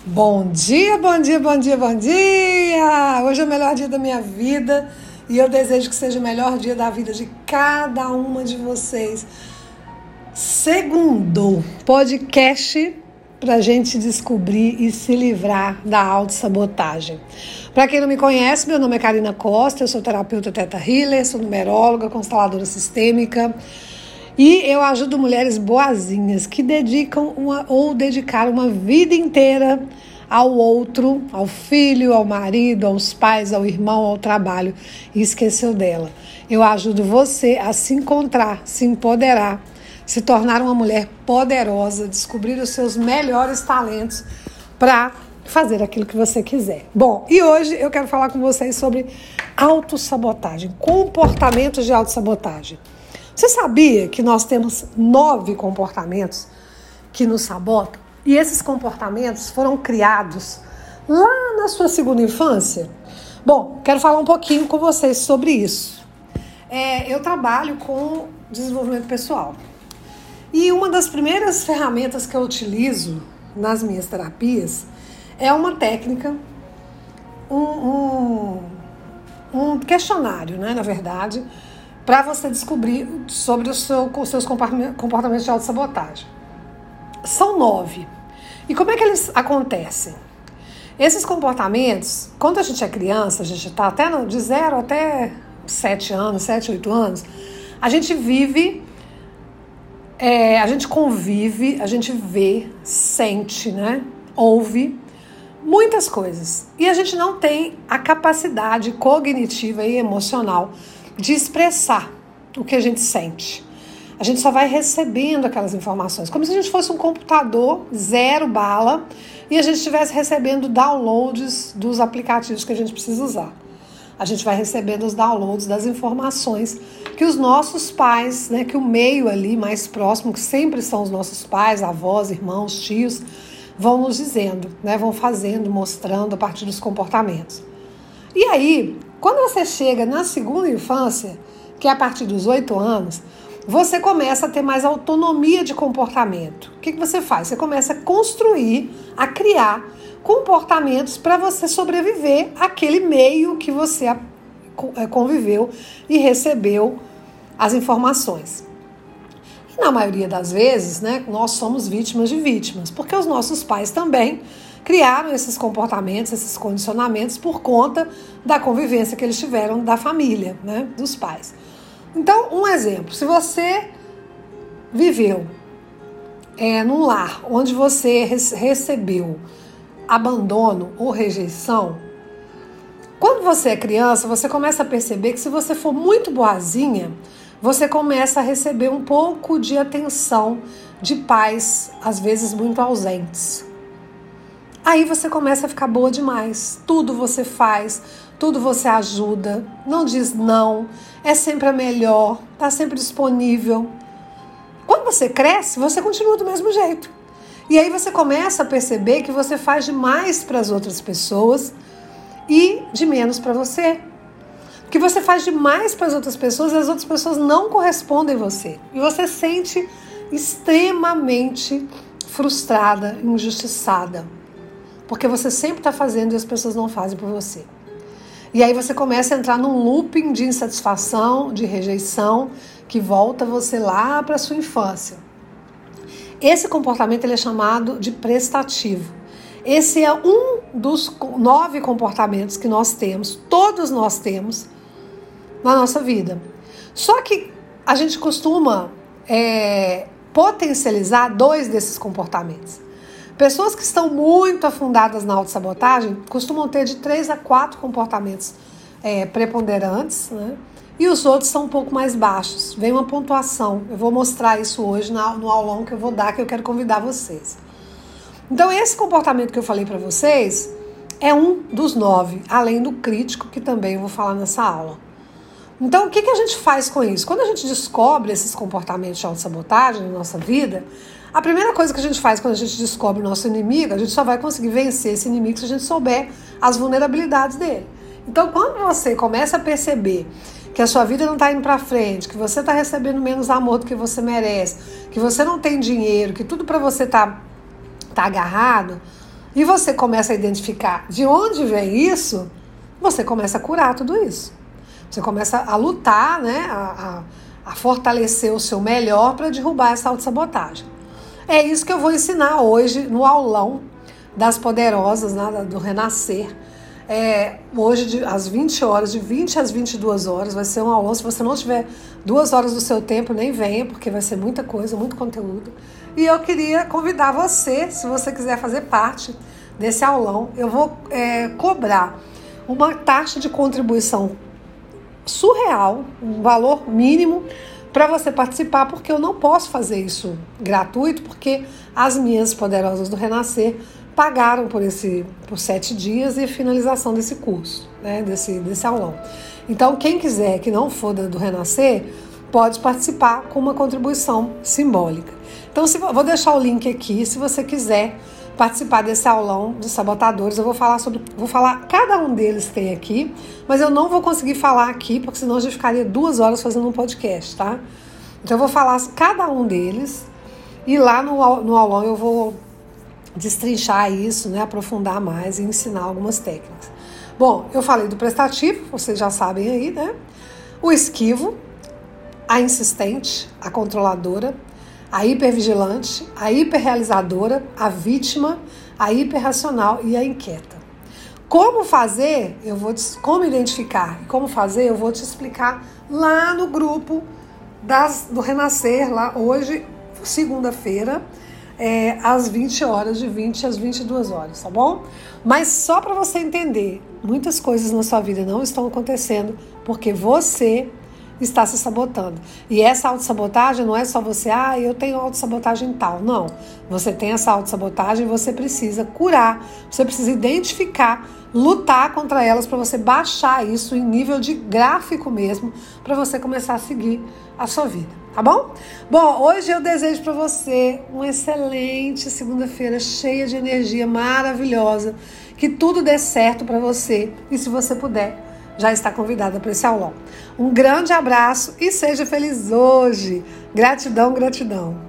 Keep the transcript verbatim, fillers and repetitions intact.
Bom dia, bom dia, bom dia, bom dia! Hoje é o melhor dia da minha vida e eu desejo que seja o melhor dia da vida de cada uma de vocês. Segundo podcast pra gente descobrir e se livrar da autossabotagem. Para quem não me conhece, meu nome é Karina Costa, eu sou terapeuta Theta Healer, sou numeróloga, consteladora sistêmica. E eu ajudo mulheres boazinhas que dedicam uma, ou dedicaram uma vida inteira ao outro, ao filho, ao marido, aos pais, ao irmão, ao trabalho e esqueceu dela. Eu ajudo você a se encontrar, se empoderar, se tornar uma mulher poderosa, descobrir os seus melhores talentos para fazer aquilo que você quiser. Bom, e hoje eu quero falar com vocês sobre autossabotagem, comportamentos de autossabotagem. Você sabia que nós temos nove comportamentos que nos sabotam? E esses comportamentos foram criados lá na sua segunda infância? Bom, quero falar um pouquinho com vocês sobre isso. É, eu trabalho com desenvolvimento pessoal. E uma das primeiras ferramentas que eu utilizo nas minhas terapias é uma técnica, um, um, um questionário, né, na verdade, para você descobrir sobre o seu, os seus comportamentos de autossabotagem. São nove. E como é que eles acontecem? Esses comportamentos, quando a gente é criança, a gente está até no, de zero até sete anos, sete, oito anos, a gente vive, é, a gente convive, a gente vê, sente, né? Ouve muitas coisas. E a gente não tem a capacidade cognitiva e emocional de expressar o que a gente sente. A gente só vai recebendo aquelas informações, como se a gente fosse um computador, zero bala, e a gente estivesse recebendo downloads dos aplicativos que a gente precisa usar. A gente vai recebendo os downloads das informações que os nossos pais, né, que o meio ali mais próximo, que sempre são os nossos pais, avós, irmãos, tios, vão nos dizendo, né, vão fazendo, mostrando a partir dos comportamentos. E aí, quando você chega na segunda infância, que é a partir dos oito anos, você começa a ter mais autonomia de comportamento. O que, que você faz? Você começa a construir, a criar comportamentos para você sobreviver àquele meio que você conviveu e recebeu as informações. E na maioria das vezes, né, nós somos vítimas de vítimas, porque os nossos pais também criaram esses comportamentos, esses condicionamentos por conta da convivência que eles tiveram da família, né, dos pais. Então, um exemplo, se você viveu é, num lar onde você recebeu abandono ou rejeição, quando você é criança, você começa a perceber que se você for muito boazinha, você começa a receber um pouco de atenção de pais, às vezes muito ausentes. Aí você começa a ficar boa demais. Tudo você faz, tudo você ajuda, não diz não, é sempre a melhor, está sempre disponível. Quando você cresce, você continua do mesmo jeito. E aí você começa a perceber que você faz demais para as outras pessoas e de menos para você. Que você faz demais para as outras pessoas e as outras pessoas não correspondem a você. E você se sente extremamente frustrada, injustiçada. Porque você sempre está fazendo e as pessoas não fazem por você. E aí você começa a entrar num looping de insatisfação, de rejeição, que volta você lá para a sua infância. Esse comportamento ele é chamado de prestativo. Esse é um dos nove comportamentos que nós temos, todos nós temos, na nossa vida. Só que a gente costuma é, potencializar dois desses comportamentos. Pessoas que estão muito afundadas na autossabotagem costumam ter de três a quatro comportamentos é, preponderantes, né? E os outros são um pouco mais baixos. Vem uma pontuação. Eu vou mostrar isso hoje no aulão que eu vou dar, que eu quero convidar vocês. Então, esse comportamento que eu falei para vocês é um dos nove, além do crítico, que também eu vou falar nessa aula. Então, o que, que a gente faz com isso? Quando a gente descobre esses comportamentos de autossabotagem na nossa vida, a primeira coisa que a gente faz quando a gente descobre o nosso inimigo, a gente só vai conseguir vencer esse inimigo se a gente souber as vulnerabilidades dele. Então, quando você começa a perceber que a sua vida não está indo para frente, que você está recebendo menos amor do que você merece, que você não tem dinheiro, que tudo para você está tá agarrado, e você começa a identificar de onde vem isso, você começa a curar tudo isso. Você começa a lutar, né, a, a, a fortalecer o seu melhor para derrubar essa autossabotagem. É isso que eu vou ensinar hoje no aulão das poderosas, né, do Renascer. É, hoje, de, às vinte horas, de vinte às vinte e duas horas, vai ser um aulão. Se você não tiver duas horas do seu tempo, nem venha, porque vai ser muita coisa, muito conteúdo. E eu queria convidar você, se você quiser fazer parte desse aulão, eu vou é, cobrar uma taxa de contribuição surreal, um valor mínimo para você participar, porque eu não posso fazer isso gratuito, porque as minhas poderosas do Renascer pagaram por esse por sete dias e finalização desse curso, né, desse, desse aulão. Então, quem quiser que não for do Renascer, pode participar com uma contribuição simbólica. Então, se, vou deixar o link aqui, se você quiser participar desse aulão dos sabotadores, eu vou falar sobre, vou falar, cada um deles tem aqui, mas eu não vou conseguir falar aqui, porque senão a gente ficaria duas horas fazendo um podcast, tá? Então, eu vou falar cada um deles, e lá no, no aulão eu vou destrinchar isso, né, aprofundar mais e ensinar algumas técnicas. Bom, eu falei do prestativo, vocês já sabem aí, né? O esquivo, a insistente, a controladora, a hipervigilante, a hiperrealizadora, a vítima, a hiperracional e a inquieta. Como fazer, eu vou te, como identificar e como fazer, eu vou te explicar lá no grupo das, do Renascer, lá hoje, segunda-feira, É, às vinte horas, de vinte às vinte e duas horas, tá bom? Mas só para você entender, muitas coisas na sua vida não estão acontecendo porque você está se sabotando. E essa autossabotagem não é só você, ah, eu tenho autossabotagem tal. Não, você tem essa autossabotagem e você precisa curar, você precisa identificar, lutar contra elas para você baixar isso em nível de gráfico mesmo, para você começar a seguir a sua vida, tá bom? Bom, hoje eu desejo para você uma excelente segunda-feira, cheia de energia maravilhosa, que tudo dê certo para você e se você puder, já está convidada para esse aulão. Um grande abraço e seja feliz hoje. Gratidão, gratidão.